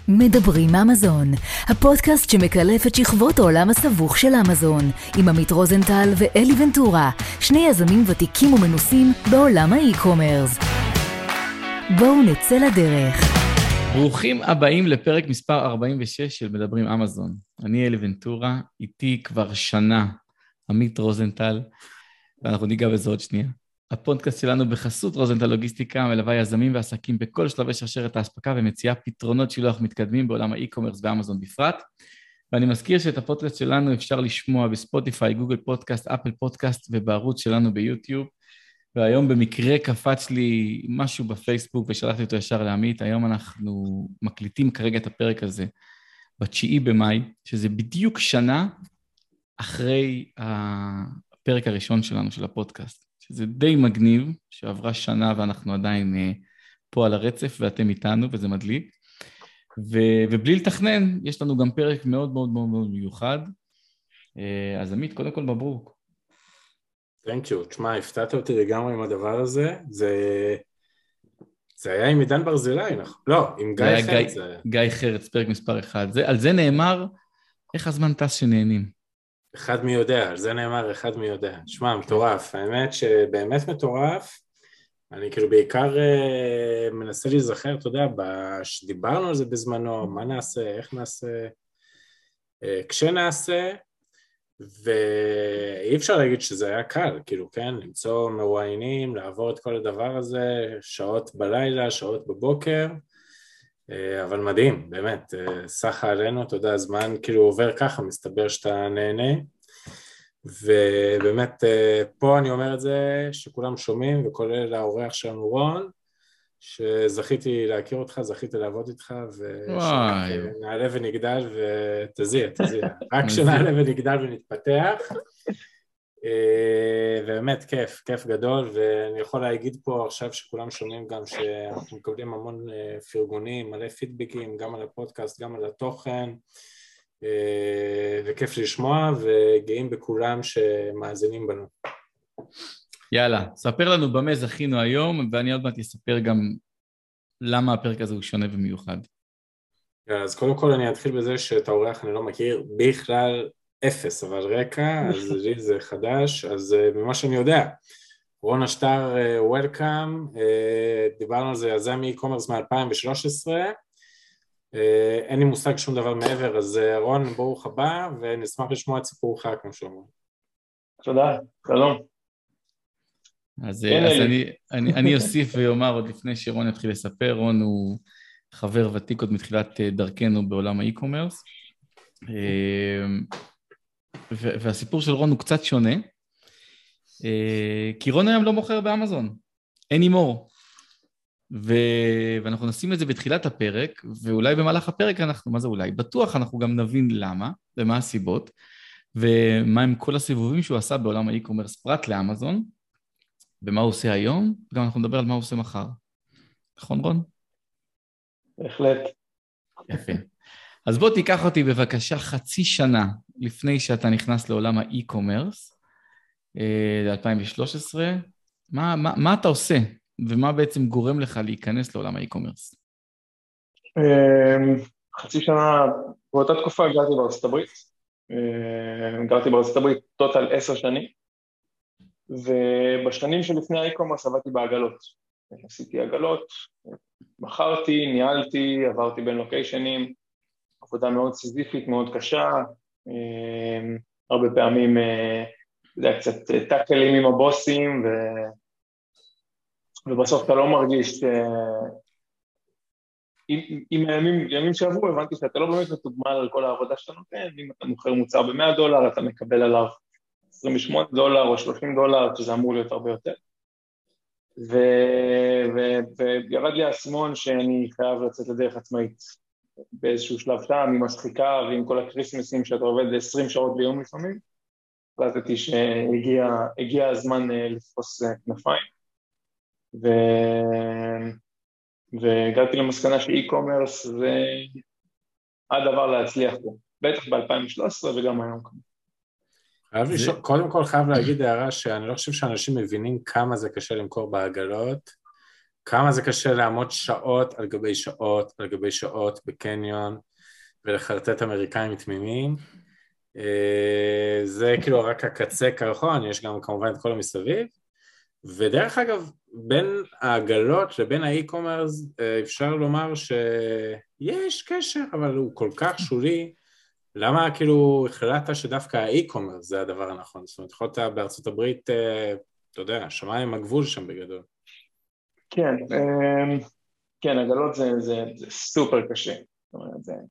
מדברים אמזון, הפודקאסט שמקלף את שכבות העולם הסבוך של אמזון, עם עמית רוזנטל ואלי ונטורה, שני יזמים ותיקים ומנוסים בעולם האי-קומרס. בואו נצא לדרך. ברוכים הבאים לפרק מספר 46 של מדברים אמזון. אני אלי ונטורה, איתי כבר שנה עמית רוזנטל, ואנחנו ניגע בזה עוד שנייה. הפודקאסט שלנו בחסות רוזנטל לוגיסטיקה מלווה יזמים ועסקים בכל שלבי שרשרת האספקה ומציעה פתרונות שילוח מתקדמים בעולם האי-קומרס ואמזון בפרט. ואני מזכיר שאת הפודקאסט שלנו אפשר לשמוע בספוטיפיי, גוגל פודקאסט, אפל פודקאסט ובערוץ שלנו ביוטיוב. והיום במקרה קפץ לי משהו בפייסבוק ושלחתי אותו ישר לעמית. היום אנחנו מקליטים כרגע את הפרק הזה ב9 במאי, שזה בדיוק שנה אחרי הפרק הראשון שלנו של הפודקאסט. שזה די מגניב, שעברה שנה ואנחנו עדיין פה על הרצף ואתם איתנו וזה מדליק. ובלי לתכנן, יש לנו גם פרק מאוד מאוד מאוד מאוד מיוחד. אז עמית, קודם כל מברוק. Thank you. תשמע, הפתעת אותי לגמרי עם הדבר הזה. זה היה עם עידן ברזילי, נכון? לא, עם גיא חרץ. גיא חרץ, פרק מספר 1. על זה נאמר, איך הזמן טס שנהנים. אחד מי יודע, על זה נאמר אחד מי יודע. תשמע, מטורף. האמת שבאמת מטורף. אני כאילו בעיקר מנסה להיזכר, אתה יודע, שדיברנו על זה בזמנו, מה נעשה, איך נעשה, כשנעשה, ואי אפשר להגיד שזה היה קל, כאילו, כן, למצוא מרואיינים, לעבור את כל הדבר הזה, שעות בלילה, שעות בבוקר, אבל מדהים, באמת, סחה עלינו, אתה יודע, הזמן כאילו עובר ככה, מסתבר שאתה נהנה, ובאמת, פה אני אומר את זה, שכולם שומעים, וכולל האורח שלנו רון, שזכיתי להכיר אותך, זכיתי לעבוד איתך, ונעלה ונגדל, ותזיע, רק שנעלה ונגדל ונתפתח, ובאמת כיף גדול, ואני יכול להגיד פה עכשיו שכולם שומעים גם שאנחנו מקבלים המון פרגונים, מלא פידבקים, גם על הפודקאסט, גם על התוכן, וכיף לשמוע, וגאים בכולם שמאזינים בנו. יאללה, ספר לנו במה זכינו היום, ואני עוד מעט אספר גם למה הפרק הזה הוא שונה ומיוחד. אז קודם כל אני אתחיל בזה שאת האורח אני לא מכיר בכלל אפס, אבל רקע, אז לי זה חדש, אז ממה שאני יודע, רון אשטר, וולקאם, דיברנו על זה, יזם אי-קומרס מ-2013, אין לי מושג שום דבר מעבר, אז רון, ברוך הבא, ונשמח לשמוע את סיפורך, כמו שאומרים. תודה, שלום. אז אני אוסיף ויאמר עוד לפני שרון יתחיל לספר, רון הוא חבר ותיק עוד מתחילת דרכנו בעולם האי-קומרס, והסיפור של רון הוא קצת שונה, כי רון היום לא מוכר באמזון, anymore, ואנחנו נשים את זה בתחילת הפרק, ואולי במהלך הפרק אנחנו, מה זה אולי? בטוח אנחנו גם נבין למה, ומה הסיבות, ומה הם כל הסיבובים שהוא עשה בעולם האי-קומרס פרט לאמזון, ומה הוא עושה היום, וגם אנחנו נדבר על מה הוא עושה מחר. נכון, רון? בהחלט. יפה. אז בוא תיקח אותי בבקשה חצי שנה לפני שאתה נכנס לעולם האי-קומרס, ל-2013. מה אתה עושה, ומה בעצם גורם לך להיכנס לעולם האי-קומרס? חצי שנה, באותה תקופה גרתי בארצות הברית. גרתי בארצות הברית טוטל 10 שנים. ובשנים שלפני האי-קומרס עבדתי בעגלות. עשיתי עגלות, מכרתי, ניהלתי, עברתי בין לוקיישנים, עבודה מאוד סיזיפית, מאוד קשה, הרבה פעמים זה היה קצת טאקלים עם הבוסים, ובסוף אתה לא מרגיש, עם הימים שעברו הבנתי שאתה לא באמת מתוגמל על כל העבודה שאתה נותן, אם אתה מוכר מוצר ב$100, אתה מקבל עליו $28 או $30, שזה אמור להיות הרבה יותר. וירד לי האסימון שאני חייב לצאת לדרך עצמאית באיזשהו שלב שם, עם השחיקה ועם כל הקריסמסים שאתה עובד 20 שעות ביום לפעמים, החלטתי שהגיע הזמן לתפוס כנפיים, והגעתי למסקנה שאי-קומרס זה הדבר להצליח בו, בטח ב-2013 וגם היום כמובן. קודם כל חייב להגיד הערה שאני לא חושב שאנשים מבינים כמה זה קשה למכור בעגלות, כמה זה קשה לעמוד שעות על גבי שעות על גבי שעות בקניון, ולחרטט אמריקאים תמימים. זה כאילו רק הקצה קרחון, יש גם כמובן את כל המסביב, ודרך אגב, בין העגלות לבין האי-קומרס, אפשר לומר שיש קשר, אבל הוא כל כך שולי. למה כאילו החלטת שדווקא האי-קומרס זה הדבר הנכון? זאת אומרת, יכולת בארצות הברית, אתה יודע, שמיים הגבול שם בגדול. כן, כן, עגלות זה סופר קשה. זאת אומרת, זה...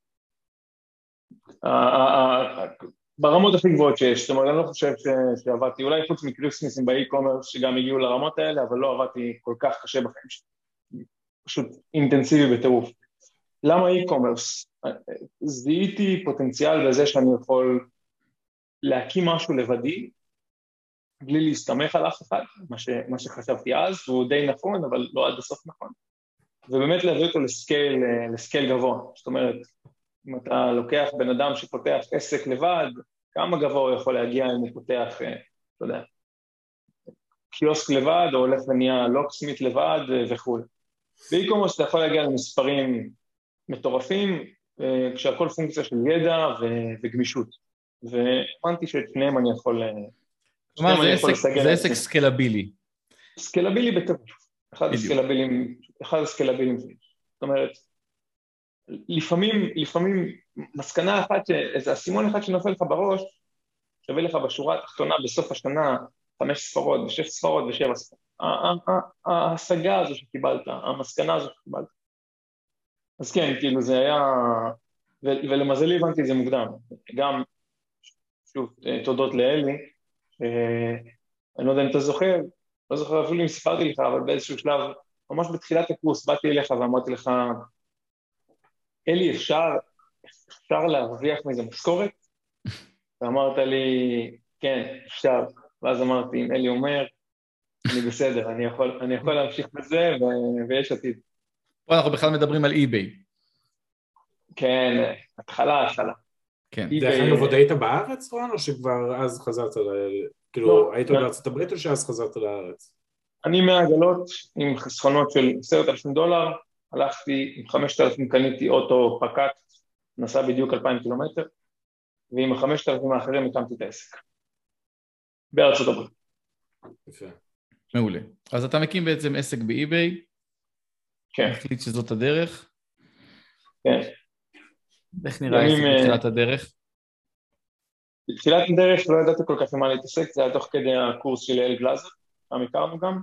ברמות הכי גבוהות שיש, זאת אומרת, אני לא חושב שעבדתי, אולי חוץ מקריסמסים באי-קומרס שגם הגיעו לרמות האלה, אבל לא עבדתי כל כך קשה בחיים שלי. פשוט אינטנסיבי בטירוף. למה אי-קומרס? זיהיתי פוטנציאל בזה שאני יכול להקים משהו לבדי, בלי להסתמך על אף אחד, מה שחשבתי אז, והוא די נכון, אבל לא עד הסוף נכון. ובאמת להביא אותו לסקייל גבוה. זאת אומרת, אם אתה לוקח בן אדם שפותח עסק לבד, כמה גבוה הוא יכול להגיע אם הוא פותח, אתה יודע, קיוסק לבד, או הולך ונהיה לוקסמית לבד וכו'. באי-קומרס אתה יכול להגיע למספרים מטורפים, כשהכל פונקציה של ידע וגמישות. והבנתי שאת שניהם אני יכול... כלומר, זה עסק סקלבילי. סקלבילי בטירוף. אחד הסקלבילים. זאת אומרת, לפעמים מסקנה אחת, איזה הסימון אחד שנופל לך בראש, שווה לך בשורה התחתונה בסוף השנה 5 ספרות ו6 ספרות ו7 ספרות. ההשגה הזו שקיבלת, המסקנה הזו שקיבלת. אז כן, כאילו זה היה, ולמזלי הבנתי את זה מוקדם. גם, שוב, תודות לאלי, אני לא יודע אם אתה זוכר, לא זוכר אפילו אם סיפרתי לך, אבל באיזשהו שלב, ממש בתחילת הקורס, באתי אליך ואמרתי לך, אלי, אפשר להרוויח מזה משכורת? ואמרת לי, כן, אפשר. ואז אמרתי, אם אלי אומר, אני בסדר, אני יכול להמשיך בזה, ויש עתיד. פה אנחנו בכלל מדברים על eBay. כן, התחלה. כן. דרך אגב, עוד היית בארץ, רון, או שכבר אז חזרת, כאילו, היית בארצות הברית או שאז חזרת לארץ? אני מהעגלות עם חסכונות של $10,000, הלכתי עם 5,000, קניתי אוטו פקט, נסע בדיוק 2,000 קילומטר, ועם 5,000 האחרים הקמתי את העסק. בארצות הברית. יפה. מעולה. אז אתה מקים בעצם עסק באי-ביי, כן. מחליט שזאת הדרך. כן. איך נראה עסק בתחילת הדרך? בתחילת הדרך לא ידעתי כל כך למה להתעסק, זה היה תוך כדי הקורס של אל גלאזר, שם הכרנו גם.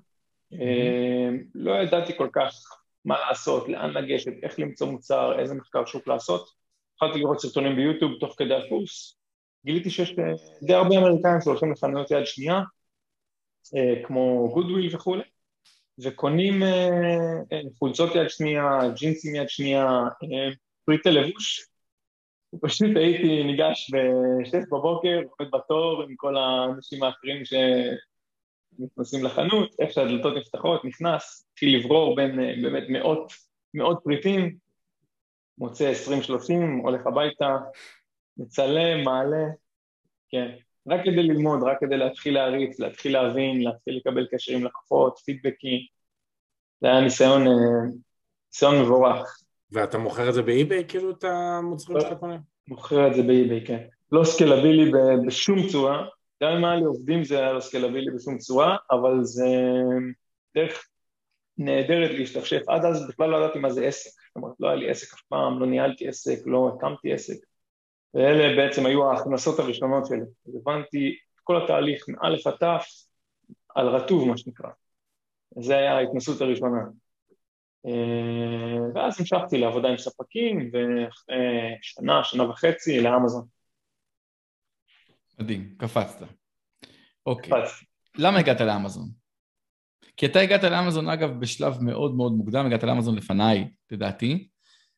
לא ידעתי כל כך מה לעשות, לאן לגשת, איך למצוא מוצר, איזה מחקר שוק לעשות. התחלתי לראות סרטונים ביוטיוב תוך כדי הקורס, גיליתי שיש די הרבה אמריקאים שהולכים לחנויות יד שנייה, כמו גודוויל וכו', וקונים חולצות יד שנייה, ג'ינסים יד שנייה, פריטי לבוש. פשוט הייתי ניגש ב-6 בבוקר, עובד בתור עם כל האנשים האחרים שנכנסים לחנות, איך שהדלתות נפתחות, נכנס, התחיל לברור בין באמת מאות פריטים, מוצא 20-30, הולך הביתה, מצלם, מעלה, כן. רק כדי ללמוד, רק כדי להתחיל להריץ, להתחיל להבין, להתחיל לקבל קשר עם לקוחות, פידבקים. זה היה ניסיון מבורך. ואתה מוכר את זה באי-ביי, כאילו, את המוצרים שאתה קונה? מוכר את זה באי-ביי, כן. לא סקלבילי בשום צורה, גם אם היה לי עובדים זה היה לא סקלבילי בשום צורה, אבל זה דרך נהדרת להשתפשף. עד אז בכלל לא ידעתי מה זה עסק. זאת אומרת, לא היה לי עסק אף פעם, לא ניהלתי עסק, לא הקמתי עסק. ואלה בעצם היו ההכנסות הראשונות שלי. אז הבנתי את כל התהליך מאלף עד תף על רטוב, מה שנקרא. זה היה ההתנסות הראשונה. ואז המשכתי לעבודה עם ספקים, שנה וחצי לאמזון. מדהים, קפצת. אוקיי. קפצתי. למה הגעת לאמזון? כי אתה הגעת לאמזון, אגב, בשלב מאוד מאוד מוקדם, הגעת לאמזון לפניי, לדעתי.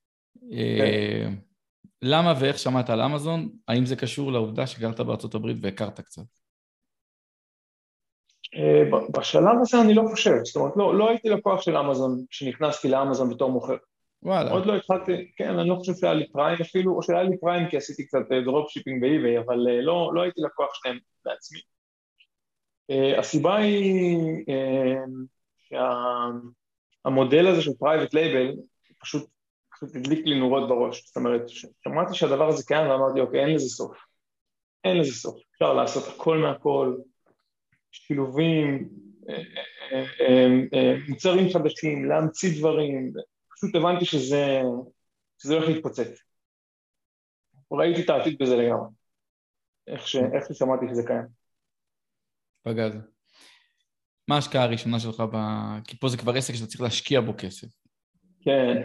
למה ואיך שמעת על אמזון? האם זה קשור לעובדה שגרת בארצות הברית והכרת קצת? בשלב הזה אני לא חושב, זאת אומרת, לא הייתי לקוח של אמזון, שנכנסתי לאמזון בתור מוכר. וואלה. עוד לא התחלתי, כן, אני לא חושב שהיה לי פריים אפילו, או שהיה לי פריים כי עשיתי קצת דרופ שיפינג באי-ביי, אבל לא הייתי לקוח שלהם בעצמי. הסיבה היא המודל הזה של פרייבט לייבל, פשוט הדליק לי נורות בראש. זאת אומרת, שמעתי שהדבר הזה קיים, ואמרתי, אוקיי, אין לזה סוף. אין לזה סוף. אפשר לעשות הכל מהכל, שילובים, מוצרים חדשים, להמציא דברים. פשוט הבנתי שזה הולך להתפוצץ. ראיתי את העתיד בזה לגמרי. איך ששמעתי שזה קיים. פגז. מה ההשקעה הראשונה שלך כי פה זה כבר עסק שאתה צריך להשקיע בו כסף. כן.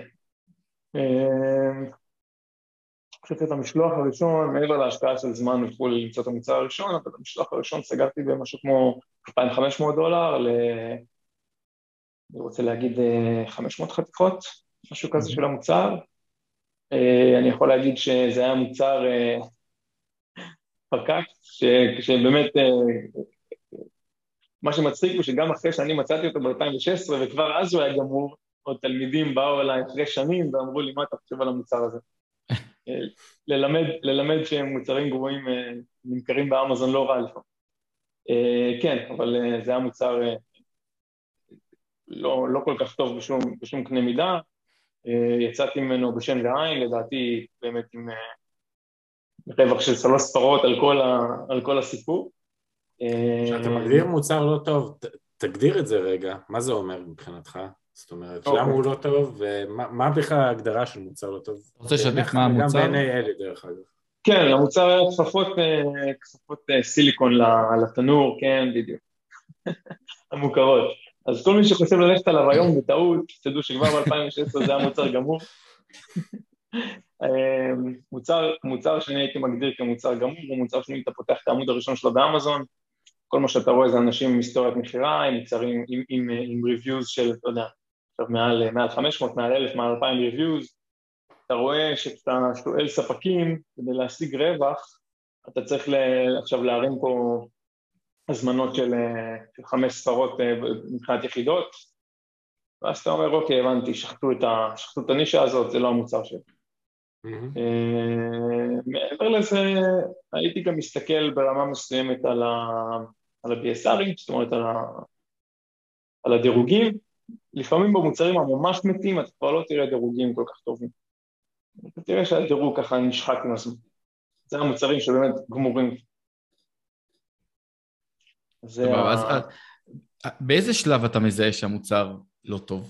חושבת את המשלוח הראשון, מעבר להשקעה של זמן וכו' למצוא את המוצר הראשון, אבל המשלוח הראשון סגרתי במשהו כמו $2,500, אני רוצה להגיד 500 חתיכות, משהו כזה של המוצר. אני יכול להגיד שזה היה מוצר פקק, שבאמת, מה שמצחיק הוא שגם אחרי שאני מצאתי אותו ב-2016, וכבר אז הוא היה גמור, עוד תלמידים באו אליי אחרי שנים ואמרו לי, מה אתה חושב על המוצר הזה? ללמד שהם מוצרים גרועים נמכרים באמזון לא רע לפעמים. כן, אבל זה היה מוצר לא כל כך טוב בשום קנה מידה. יצאתי ממנו בשן ועין, לדעתי באמת עם רווח של 3 ספרות על כל הסיפור. כשאתה מגדיר מוצר לא טוב, תגדיר את זה רגע, מה זה אומר מבחינתך? זאת אומרת, למה הוא לא טוב, ומה בכלל ההגדרה של מוצר לא טוב? רוצה לשתף מה המוצר? גם בעיני אלי דרך אגב. כן, המוצר היה כפפות סיליקון לתנור, כן, בדיוק. המוכרות. אז כל מי שחושב ללכת עליו היום בטעות, תדעו שכבר ב-2016 זה היה מוצר גמור. מוצר שאני הייתי מגדיר כמוצר גמור, הוא מוצר שאני אתה פותח את העמוד הראשון שלו באמזון, כל מה שאתה רואה זה אנשים עם היסטוריית מחירה, עם מוצרים, עם ריוויוז של, אתה יודע, עכשיו מעל 500, מעל 1,000, מעל 2,000 ריוויוז, אתה רואה שאתה שואל ספקים, כדי להשיג רווח, אתה צריך עכשיו להרים פה הזמנות של 5 ספרות מבחינת יחידות, ואז אתה אומר, אוקיי, הבנתי, שחטו את הנישה הזאת, זה לא המוצר שלי. מעבר לזה, הייתי גם מסתכל ברמה מסוימת על ה-BSRים, זאת אומרת על הדירוגים, לפעמים במוצרים הממש מתים, אתה כבר לא תראה דירוגים כל כך טובים. אתה תראה שהדירוג ככה נשחק עם הזמן. זה המוצרים שבאמת גמורים. באיזה שלב אתה מזהה שהמוצר לא טוב?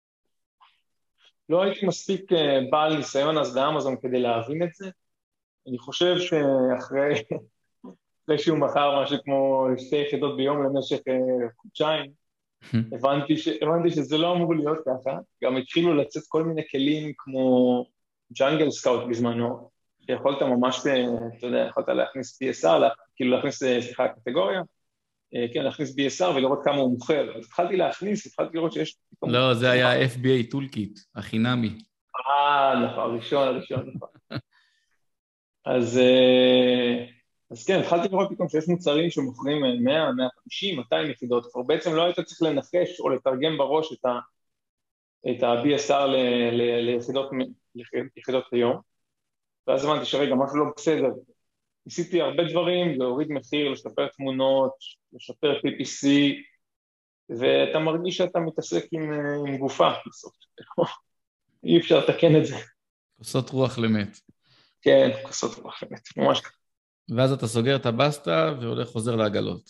לא הייתי מספיק בעל ניסיון אז באמזון כדי להבין את זה. אני חושב שאחרי שהוא מכר משהו כמו 2 יחידות ביום למשך חודשיים, הבנתי שזה לא אמור להיות ככה. גם התחילו לצאת כל מיני כלים כמו ג'אנגל סקאוט בזמנו, שיכולת ממש, אתה יודע, יכולת להכניס BSR, כאילו להכניס, סליחה, קטגוריה, כן, להכניס BSR ולראות כמה הוא מוכר. אז התחלתי התחלתי לראות שיש... לא, זה היה FBA טולקיט, החינמי. נכון, הראשון, נכון. אז כן, התחלתי לראות פתאום שיש מוצרים שמוכרים 100, 150, 200 יחידות, כבר בעצם לא היית צריך לנחש או לתרגם בראש את ה-BSR ליחידות היום, ואז הבנתי שרגע, משהו לא בסדר. ניסיתי הרבה דברים, להוריד מחיר, לשפר תמונות, לשפר PPC, ואתה מרגיש שאתה מתעסק עם גופה בסוף. אי אפשר לתקן את זה. כוסות רוח למת. כן, כוסות רוח למת, ממש ככה. ואז אתה סוגר את הבסטה והולך חוזר לעגלות.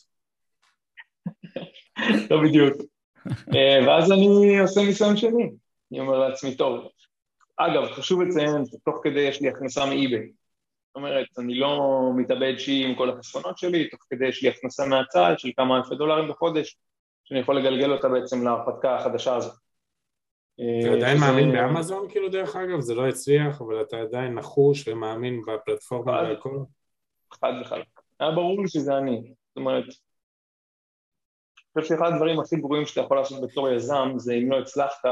לא בדיוק. ואז אני עושה ניסיון שני. אני אומר לעצמי, טוב. אגב, חשוב לציין, תוך כדי יש לי הכנסה מאיביי. זאת אומרת, אני לא מתאבד שהיא עם כל החסכונות שלי, תוך כדי יש לי הכנסה מהצד של כמה אלפי דולרים בחודש, שאני יכול לגלגל אותה בעצם להרפתקה החדשה הזאת. אתה עדיין מאמין באמזון, כאילו דרך אגב? זה לא הצליח, אבל אתה עדיין נחוש ומאמין בפלטפורמה והכל? חד וחלק. היה ברור לי שזה אני. זאת אומרת, אני חושב שאחד הדברים הכי גרועים שאתה יכול לעשות בתור יזם, זה אם לא הצלחת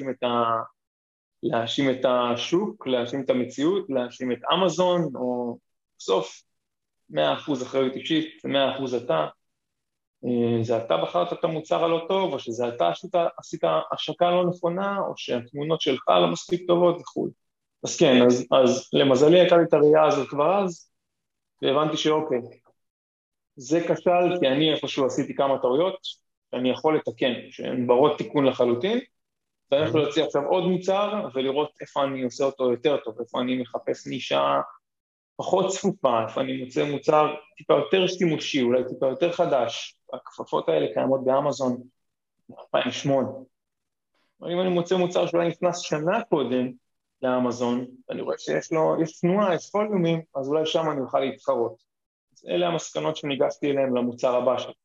להאשים את השוק, להאשים את המציאות, להאשים את אמזון, או בסוף 100% אחריות אישית, 100% אתה. זה אתה בחרת את המוצר הלא טוב, או שזה אתה עשית השקה לא נכונה, או שהתמונות שלך לא מספיק טובות וכו'. אז כן, אז למזלי הייתה לי את הראייה הזאת כבר אז, והבנתי שאוקיי, זה כשל, כי אני איפשהו עשיתי כמה טעויות, שאני יכול לתקן, שהן ברות תיקון לחלוטין, ואני יכול להוציא עכשיו עוד מוצר, ולראות איפה אני עושה אותו יותר טוב, איפה אני מחפש נישה פחות צפופה, איפה אני מוצא מוצר טיפה יותר שימושי, אולי טיפה יותר חדש. הכפפות האלה קיימות באמזון 2008. אם אני מוצא מוצר שאולי נכנס שנה קודם לאמזון, ואני רואה שיש לו, יש תנועה, יש פוליומים, אז אולי שם אני אוכל להתחרות. אז אלה המסקנות שניגשתי אליהם למוצר הבא שלי.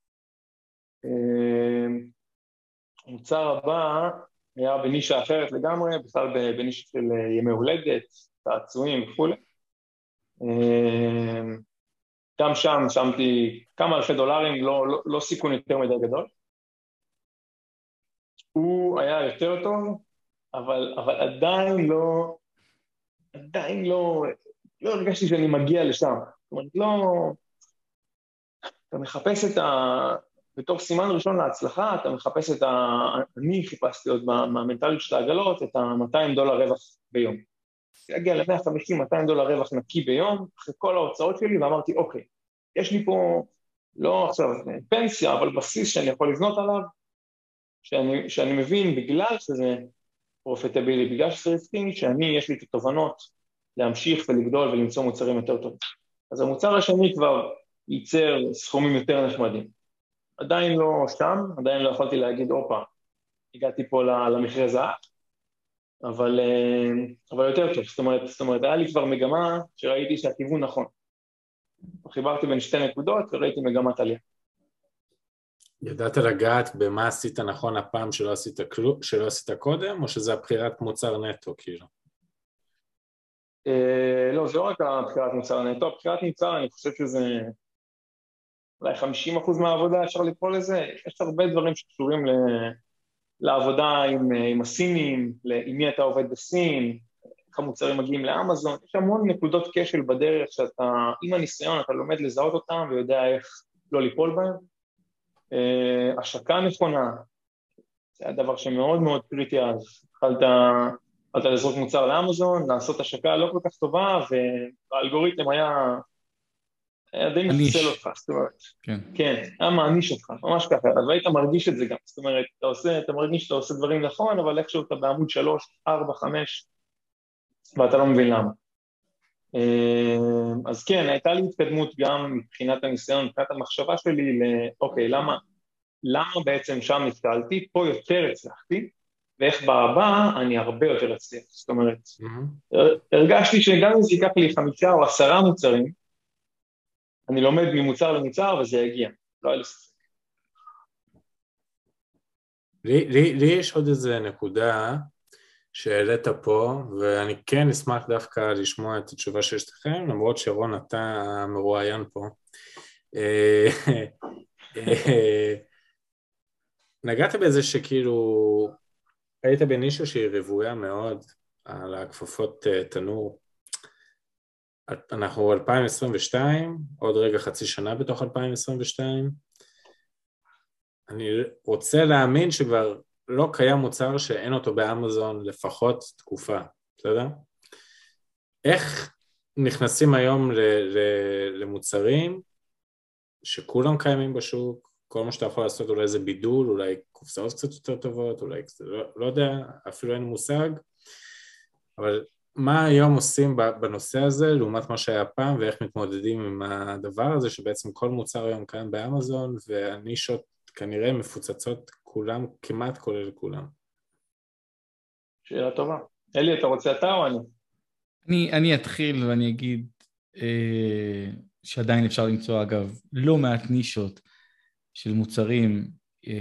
המוצר הבא היה בנישה אחרת לגמרי, בכלל בנישה של ימי הולדת, צעצועים וכו'. גם שם שמתי כמה אלפי דולרים, לא סיכון יותר מדי גדול. הוא היה יותר טוב, אבל עדיין לא הרגשתי שאני מגיע לשם. זאת אומרת, אתה מחפש בתור סימן ראשון להצלחה, אתה מחפש אני חיפשתי עוד מהמנטליות של העגלות, את $200 רווח ביום. זה הגיע ל$150-200 רווח נקי ביום, אחרי כל ההוצאות שלי, ואמרתי, אוקיי, יש לי פה, לא עכשיו פנסיה, אבל בסיס שאני יכול לבנות עליו, שאני מבין בגלל שזה פרופיטבילי, בגלל שזה רווחי, יש לי את התובנות להמשיך ולגדול ולמצוא מוצרים יותר טובים. אז המוצר השני כבר ייצר סכומים יותר נחמדים. עדיין לא שם, עדיין לא יכולתי להגיד, אופה, הגעתי פה למחיר זהב, אבל יותר טוב. זאת אומרת, היה לי כבר מגמה שראיתי שהכיוון נכון. חיברתי בין שתי נקודות וראיתי מגמת עלייה. ידעת לגעת במה עשית נכון הפעם שלא עשית קודם, או שזה הבחירת מוצר נטו, כאילו? לא, זה לא רק הבחירת מוצר נטו, הבחירת מוצר, אני חושב שזה אולי 50% מהעבודה, אפשר לקרוא לזה. יש הרבה דברים שקשורים לעבודה עם הסינים, עם מי אתה עובד בסין, איך המוצרים מגיעים לאמזון, יש המון נקודות כשל בדרך שאתה, עם הניסיון אתה לומד לזהות אותם ויודע איך לא ליפול בהם. השקה נכונה, זה הדבר שמאוד מאוד קריטי אז, התחלת לזרוק מוצר לאמזון, לעשות השקה לא כל כך טובה, והאלגוריתם היה די מחסל אותך, זאת אומרת, כן, היה מעניש אותך, ממש ככה, אז היית מרגיש את זה גם, זאת אומרת, אתה מרגיש שאתה עושה דברים נכון, אבל איכשהו אתה בעמוד 3, 4, 5, ואתה לא מבין למה. אז כן, הייתה לי התקדמות גם מבחינת הניסיון, מבחינת המחשבה שלי, אוקיי, למה בעצם שם נתקלתי, פה יותר הצלחתי, ואיך בהבא אני הרבה יותר אצליח, זאת אומרת, הרגשתי שגם אם זה ייקח לי 5 או 10 מוצרים, אני לומד ממוצר למוצר וזה יגיע, לא היה לי ספק. לי יש עוד איזה נקודה שהעלית פה, ואני כן אשמח דווקא לשמוע את התשובה שיש לכם, למרות שרון אתה מרואיין פה. נגעת בזה שכאילו, היית בנישה שהיא רבויה מאוד על הכפפות תנור. אנחנו 2022, עוד רגע חצי שנה בתוך 2022. אני רוצה להאמין שכבר לא קיים מוצר שאין אותו באמזון לפחות תקופה, בסדר? איך נכנסים היום למוצרים שכולם קיימים בשוק, כל מה שאתה יכול לעשות אולי זה בידול, אולי קופסאות קצת יותר טובות, אולי לא יודע, אפילו אין מושג, אבל מה היום עושים בנושא הזה לעומת מה שהיה פעם, ואיך מתמודדים עם הדבר הזה שבעצם כל מוצר היום קיים באמזון, והנישות כנראה מפוצצות כולם, כמעט כולל כולם. שאלה טובה. אלי, אתה רוצה אתה או אני? אני אתחיל ואני אגיד שעדיין אפשר למצוא אגב לא מעט נישות של מוצרים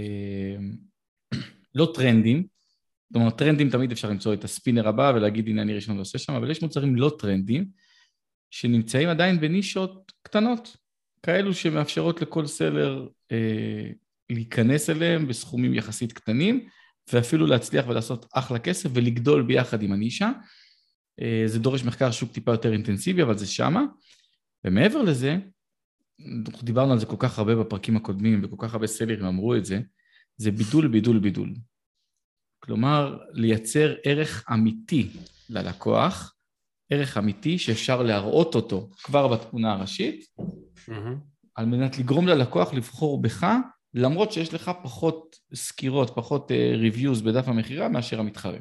לא טרנדים, זאת אומרת טרנדים תמיד אפשר למצוא את הספינר הבא ולהגיד הנה אני ראשון עושה שם, אבל יש מוצרים לא טרנדים שנמצאים עדיין בנישות קטנות, כאלו שמאפשרות לכל סלר להיכנס אליהם בסכומים יחסית קטנים, ואפילו להצליח ולעשות אחלה כסף ולגדול ביחד עם הנישה. זה דורש מחקר שוק טיפה יותר אינטנסיבי, אבל זה שמה. ומעבר לזה, דיברנו על זה כל כך הרבה בפרקים הקודמים, וכל כך הרבה סלרים אמרו את זה, זה בידול, בידול, בידול. כלומר, לייצר ערך אמיתי ללקוח, ערך אמיתי שאפשר להראות אותו כבר בתמונה הראשית, על מנת לגרום ללקוח לבחור בך למרות שיש לך פחות סקירות, פחות ריוויוז בדף המחירה מאשר המתחרה.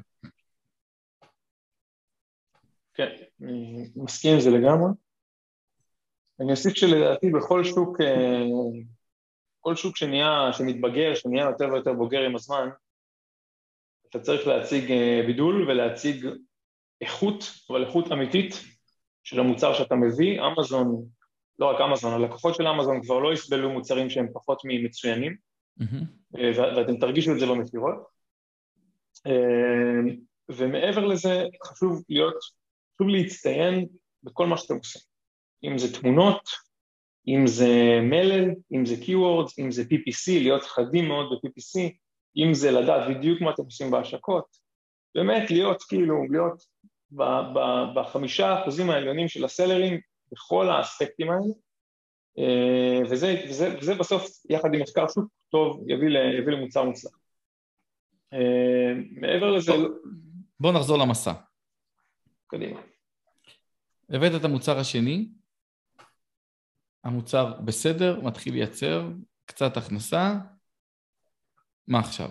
כן, אני מסכים עם זה לגמרי. אני אוסיף שלדעתי בכל שוק, כל שוק שמתבגר, שנהיה יותר ויותר בוגר עם הזמן, אתה צריך להציג בידול ולהציג איכות, אבל איכות אמיתית של המוצר שאתה מביא. אמזון, לא רק אמזון, הלקוחות של אמזון כבר לא יסבלו מוצרים שהם פחות ממצוינים, ואתם תרגישו את זה במחירות. ומעבר לזה, חשוב להצטיין בכל מה שאתם עושים. אם זה תמונות, אם זה מלל, אם זה keywords, אם זה PPC, להיות חדים מאוד ב-PPC, אם זה לדעת בדיוק מה אתם עושים בהשקות, באמת להיות ב5% העליונים של הסלרים, בכל האספקטים האלה, וזה בסוף, יחד עם מחקר שוק טוב, יביא למוצר מוצלח. מעבר לזה... בואו נחזור למסע. קדימה. הבאת את המוצר השני, המוצר בסדר, מתחיל לייצר, קצת הכנסה, מה עכשיו?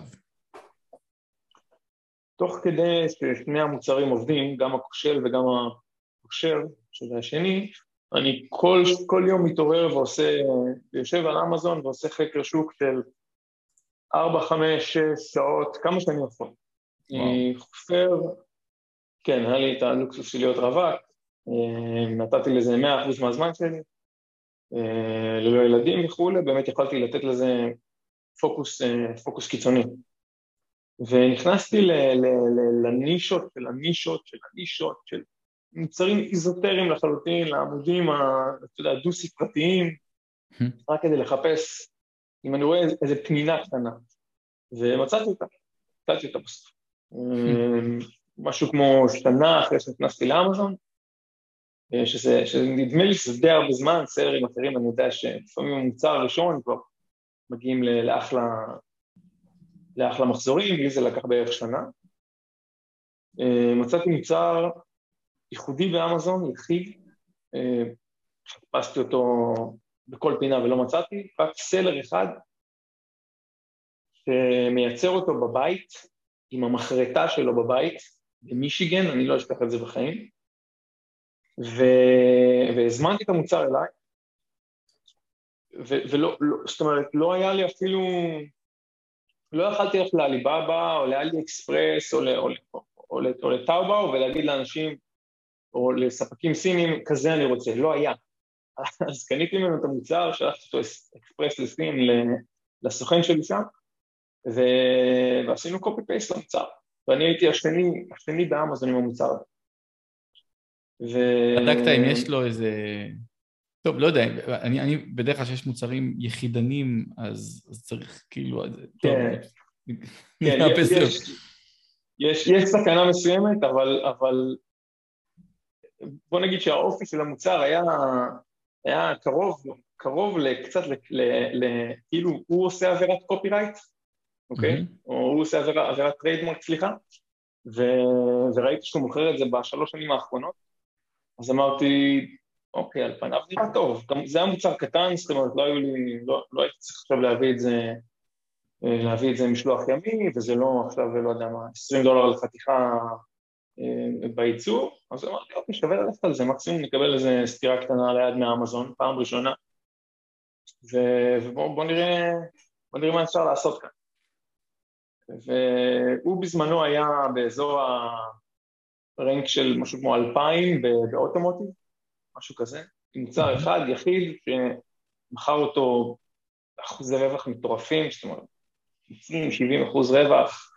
תוך כדי ששני המוצרים עובדים, גם הכושל וגם הכושר, שזה השני, אני כל יום מתעורר ויושב על אמזון ועושה חקר שוק של 4, 5, 6 שעות, כמה שאני יכול. אני חופר, כן, היה לי את הלוקסוס של להיות רווק, נתתי לזה 100% מהזמן שלי, ללא ילדים וכו', באמת יכולתי לתת לזה פוקוס קיצוני. ונכנסתי לנישות של מוצרים איזוטריים לחלוטין, לעמודים, אתה יודע, דו-ספרתיים, רק כדי לחפש, אם אני רואה איזה פנינה קטנה, ומצאתי אותה בסוף. משהו כמו שנה אחרי שנכנסתי לאמזון, שנדמה לי שזה די הרבה זמן, סלרים אחרים, אני יודע שלפעמים המוצר הראשון כבר מגיעים לאחלה מחזורים, לי זה לקח בערך שנה. מצאתי מוצר ייחודי באמזון, יחיד, חפשתי אותו בכל פינה ולא מצאתי, רק סלר אחד שמייצר אותו בבית, עם המחרטה שלו בבית, במישיגן, אני לא אשכח את זה בחיים, והזמנתי את המוצר אליי, זאת אומרת, לא היה לי אפילו, לא יכלתי ללכת לאליבאבא, או לאלי אקספרס, או לטאובאו, ולהגיד לאנשים, או לספקים סינים, כזה אני רוצה, לא היה. אז קניתי ממנו את המוצר, שלחתי אותו אקספרס לסין, לסוכן שלי שם, ועשינו קופי פייסט למוצר, ואני הייתי השני באמזון עם המוצר. בדקת אם יש לו איזה... טוב, לא יודע, אני בדרך כלל שיש מוצרים יחידנים, אז צריך כאילו... כן, יש סכנה מסוימת, אבל בוא נגיד שהאופי של המוצר היה קרוב קצת כאילו הוא עושה עבירת קופירייט, אוקיי? או הוא עושה עבירת טריידמרק, סליחה, וראיתי שהוא מוכר את זה בשלוש שנים האחרונות, אז אמרתי, אוקיי, על פניו נראה טוב, זה היה מוצר קטן, זאת אומרת, לא הייתי צריך עכשיו להביא את זה משלוח ימי, וזה לא עכשיו, לא יודע מה, $20 לחתיכה בייצור, אז אמרתי, אוקיי, שווה ללכת על זה, מקסימום נקבל איזה סתירה קטנה ליד מאמזון, פעם ראשונה, ובואו נראה מה אפשר לעשות כאן. והוא בזמנו היה באזור הרנק של משהו כמו 2,000 באוטומוטיב, משהו כזה, עם מוצר אחד יחיד שמכר אותו אחוזי רווח מטורפים, זאת אומרת, 70% רווח,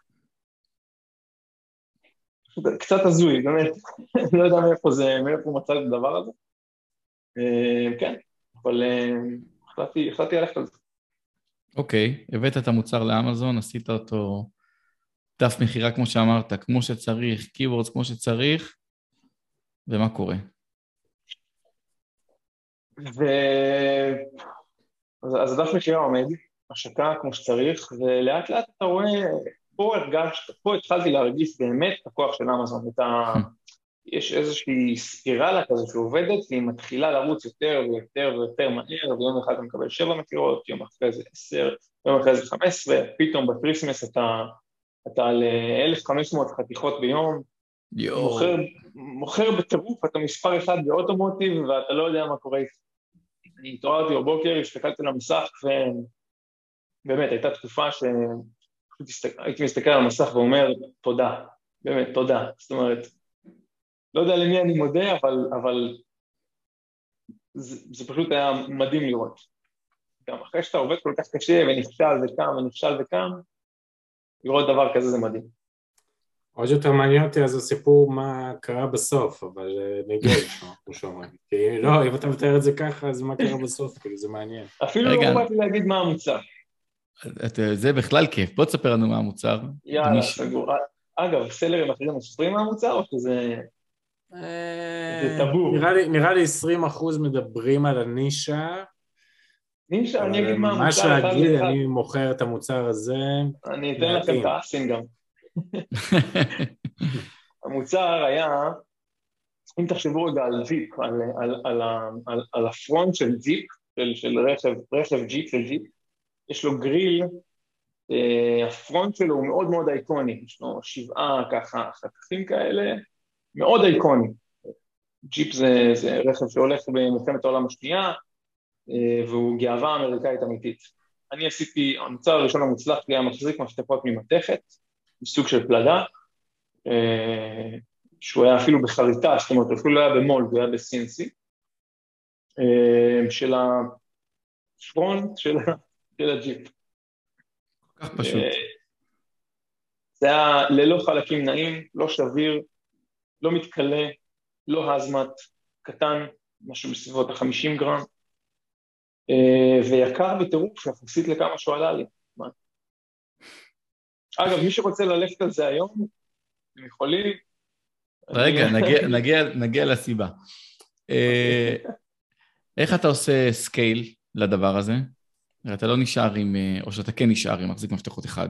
קצת הזוי, באמת, לא יודע מאיפה מצא את הדבר הזה, כן, אבל החלטתי ללכת על זה. אוקיי, הבאת את המוצר לאמזון, עשית אותו דף מחירה כמו שאמרת, כמו שצריך, keywords כמו שצריך, ומה קורה? אז הדף מחירה עומד, השקה כמו שצריך, ולאט לאט אתה רואה, פה התחלתי להרגיש באמת את הכוח של אמזון, יש איזושהי ספירלה כזו שעובדת, והיא מתחילה לרוץ יותר ויותר ויותר מהר, ויום אחד אתה מקבל 7 מכירות, יום אחרי זה 10, יום אחרי זה 15, פתאום בקריסמס אתה על 1,500 חתיכות ביום, מוכר בטירוף, אתה מספר אחד באוטומוטיב, ואתה לא יודע מה קורה. אני התעוררתי בבוקר, הסתכלתי למסך, ובאמת הייתה תקופה שהייתי מסתכל על המסך ואומר, תודה, באמת, תודה. זאת אומרת, לא יודע למי אני מודה, אבל זה פשוט היה מדהים לראות. גם אחרי שאתה עובד כל כך קשה, ונכשל וקם, לראות דבר כזה זה מדהים. עוד יותר מעניין אותי אז הסיפור מה קרה בסוף, אבל נגיע לשם, כמו שאומרים. כי לא, אם אתה מתאר את זה ככה, אז מה קרה בסוף? כאילו זה מעניין. אפילו לא באתי להגיד מה המוצר. זה בכלל כיף, בוא תספר לנו מה המוצר. יאללה, סגור. אגב, סלרים אחרים מספרים מה המוצר, או שזה טבור? נראה לי 20% מדברים על הנישה. נישה, אני אגיד מה המוצר. מה שאגיד, אני מוכר את המוצר הזה. אני אתן לכם את האסין גם. המוצר היה, אם תחשבו רגע על ג'יפ, על הפרונט של ג'יפ, של רכב ג'יפ של ג'יפ, יש לו גריל, הפרונט שלו הוא מאוד מאוד אייקוני, יש לו 7 ככה חתכים כאלה, מאוד אייקוני. ג'יפ זה רכב שהולך במלחמת העולם השנייה, והוא גאווה אמריקאית אמיתית. אני עשיתי, המוצר הראשון המוצלח לי היה מחזיק מפתחות ממתכת, מסוג של פלדה, שהוא היה אפילו בחריטה, זאת אומרת, אפילו לא היה במול, הוא היה ב-CNC, של הפרונט של הג'יפ. כל כך פשוט. זה היה ללא חלקים נעים, לא שביר, לא מתקלה, לא הזמת, קטן, משהו בסביבות ה-50 גרם, ויקר בטירוף, יחסית לכמה שהוא עלה לי. אגב, מי שרוצה ללכת על זה היום, הם יכולים... רגע, נגיע לסיבה. איך אתה עושה סקייל לדבר הזה? אתה לא נשאר עם, או שאתה כן נשאר עם מחזיק מפתחות אחד.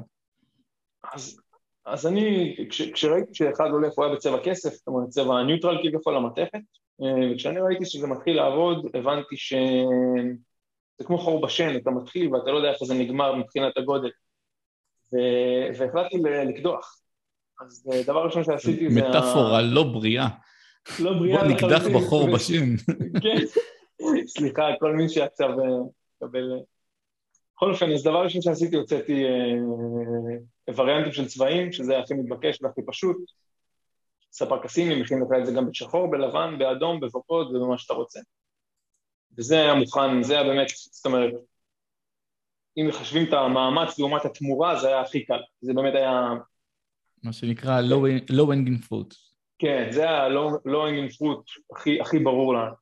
אז אני, כשראיתי שאחד הולך, הוא היה בצבע כסף, זאת אומרת, צבע ניוטרל כביכול למתכת, וכשאני ראיתי שזה מתחיל לעבוד, הבנתי שזה כמו חור בשן, אתה מתחיל ואתה לא יודע איפה זה נגמר מבחינת הגודל. והחלטתי לקדוח. אז דבר ראשון שעשיתי זה... מטאפורה לא בריאה. לא בריאה. בוא נקדח בחור בשן. כן. סליחה, כל מי שעכשיו קבל... בכל אופן, אז דבר ראשון שעשיתי, הוצאתי וריאנטים של צבעים, שזה הכי מתבקש והכי פשוט. ספק הסיני, מכין לך את זה גם בשחור, בלבן, באדום, בוורוד, ובמה שאתה רוצה. וזה היה מוכן, זה היה באמת, זאת אומרת, אם מחשבים את המאמץ לעומת התמורה, זה היה הכי קל. זה באמת היה... מה שנקרא low hanging fruit. כן, זה היה low hanging fruit הכי ברור לנו.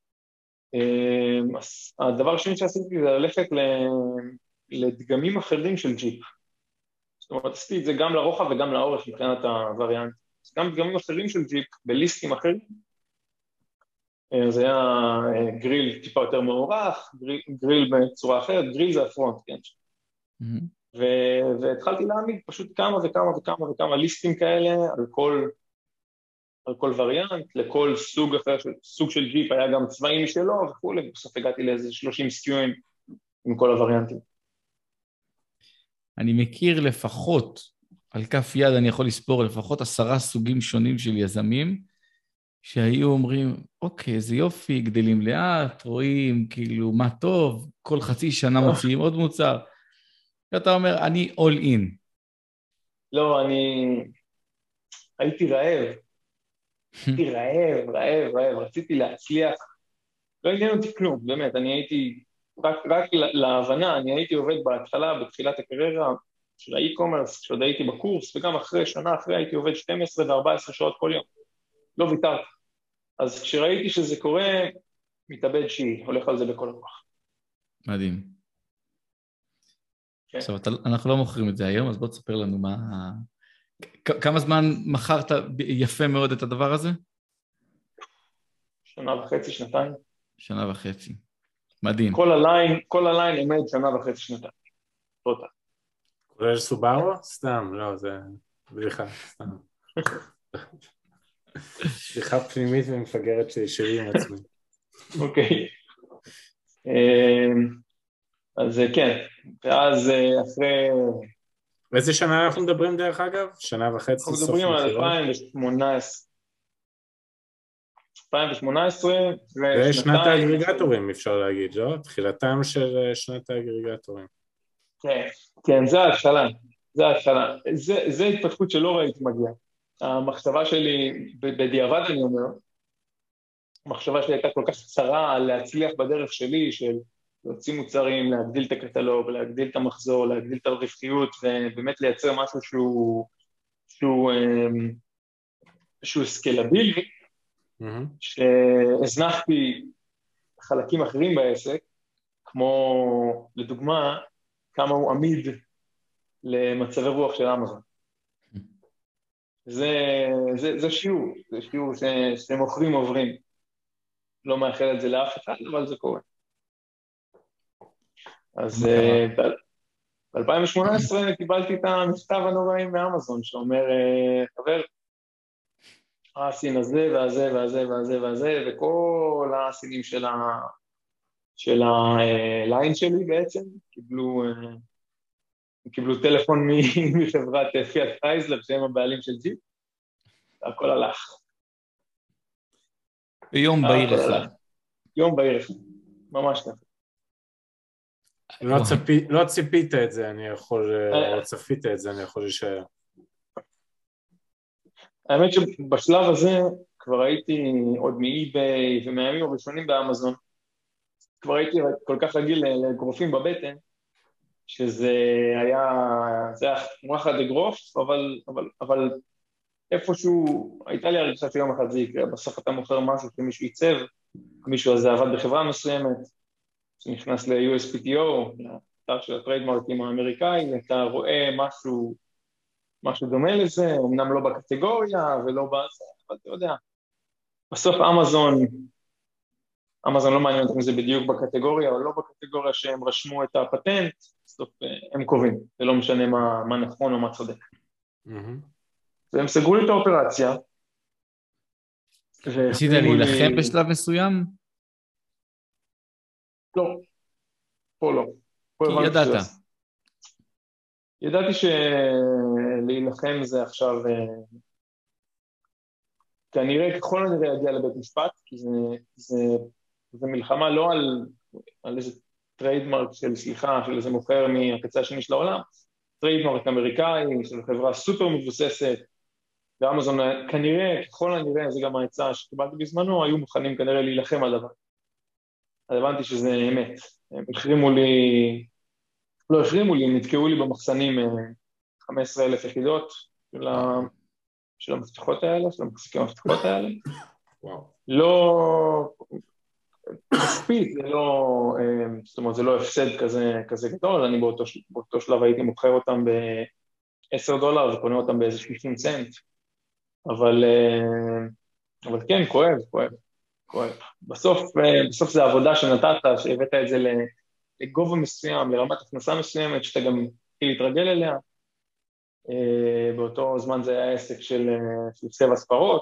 הדבר השני שעשיתי זה ללכת לדגמים אחרים של ג'יפ. זאת אומרת, עשיתי את זה גם לרוחב וגם לאורך מבחינת הווריאנט. גם דגמים אחרים של ג'יפ בליסטים אחרים. זה היה גריל טיפה יותר מעורך, גריל בצורה אחרת, גריל זה הפרונט, כן. והתחלתי להעמיד פשוט כמה וכמה ליסטים כאלה על כל וריאנט, לכל סוג אחר, סוג של ג'יפ היה גם צבעים משלו וכו', ובסוף הגעתי לאיזה 30 סקיואים עם כל הווריאנטים. אני מכיר לפחות, על כף יד אני יכול לספור לפחות 10 סוגים שונים של יזמים, שהיו אומרים, אוקיי, איזה יופי, גדלים לאט, רואים כאילו מה טוב, כל חצי שנה מוציאים עוד מוצר. ואתה אומר, אני all in. לא, אני הייתי רעב. רציתי להצליח. לא עניין אותי כלום, באמת, אני הייתי, רק להבנה, אני הייתי עובד בהתחלה, בתחילת הקריירה של האי-קומרס, כשעוד הייתי בקורס, וגם שנה אחרי הייתי עובד 12 ו-14 שעות כל יום. לא ויתרתי. אז כשראיתי שזה קורה, מתאבד שהיא, הולך על זה בכל הכוח. מדהים. עכשיו, אנחנו לא מוכרים את זה היום, אז בוא תספר לנו מה... כמה זמן מכרת יפה מאוד את הדבר הזה? 1.5 שנתיים. 1.5. מדהים. כל הליין עומד 1.5 שנתיים. טוטל. כולל סובארו? סתם, לא, זה בדיחה, סתם. שיחה פנימית ומפגרת שלי עם עצמי. אוקיי. אז כן, ואז אחרי... באיזה שנה אנחנו מדברים דרך אגב? שנה וחצי אנחנו סוף מדברים על מכירות? 2018, זה שנת האגריגטורים אפשר להגיד, לא? תחילתם של שנת האגריגטורים. כן, כן, זה ההתחלה, זה ההתחלה. זה התפתחות שלא ראיתי מגיעה. המחשבה שלי, בדיעבד אני אומר, המחשבה שלי הייתה כל כך קצרה על להצליח בדרך שלי, של להוציא מוצרים, להגדיל את הקטלוג, להגדיל את המחזור, להגדיל את הרווחיות, ובאמת לייצר משהו שהוא סקלבילי, שהזנחתי חלקים אחרים בעסק, כמו לדוגמה, כמה הוא עמיד למצבי רוח של אמזון. זה שיעור שמוכרים עוברים. לא מאחל את זה לאף אחד, אבל זה קורה. אז ב-2018 קיבלתי את המכתב הנוראי מאמזון, שאומר, חבר, האסין הזה והזה והזה והזה והזה, וכל האסינים של הליין שלי בעצם, קיבלו טלפון מחברת פיאט קרייזלר, שהם הבעלים של ג'יפ, והכל הלך. ביום בהיר אחד. יום בהיר אחד, ממש ככה. לא ציפית את זה, אני יכול, או צפית את זה, אני יכול לשאר. האמת שבשלב הזה כבר הייתי עוד מאי-ביי ומהימים הראשונים באמזון, כבר הייתי כל כך רגיל לגרופים בבטן, שזה היה מואחד לגרוף, אבל איפשהו הייתה לי הרגשה שיום אחד זה יקרה, בסוף אתה מוכר משהו שמישהו ייצב, מישהו הזה עבד בחברה מסוימת, שנכנס ל-USPTO, לאתר של הטריידמרקים האמריקאי, אתה רואה משהו דומה לזה, אמנם לא בקטגוריה ולא בזה, אבל אתה יודע, בסוף אמזון לא מעניין אם זה בדיוק בקטגוריה או לא בקטגוריה שהם רשמו את הפטנט, בסוף הם קובעים, זה לא משנה מה נכון או מה צודק. והם סגרו לי את האופרציה. ניסית להילחם בשלב מסוים? לא, פה לא. כי ידעת. ידעתי שלהילחם זה עכשיו, כנראה ככל הנראה יגיע לבית משפט, כי זה מלחמה לא על איזה טריידמרק של איזה מוכר מהקצה השני של העולם, טריידמרק אמריקאי של חברה סופר מבוססת, ואמזון כנראה, ככל הנראה, זה גם ההצעה שקיבלתי בזמנו, היו מוכנים כנראה להילחם על דבר. אז הבנתי שזה אמת. הם החרימו לי, נתקעו לי במחסנים 15,000 יחידות של המפתחות האלה, של המחזיקים המפתחות האלה. לא, מספיק, זאת אומרת, זה לא הפסד כזה גדול, אני באותו שלב הייתי מוכר אותם $10 וקונה אותם באיזה 60 סנט, אבל כן, כואב. בסוף זה העבודה שנתת, שהבאת את זה לגובה מסוים, לרמת הכנסה מסוימת, שאתה גם להתרגל אליה. באותו זמן זה היה עסק של צבע ספרות.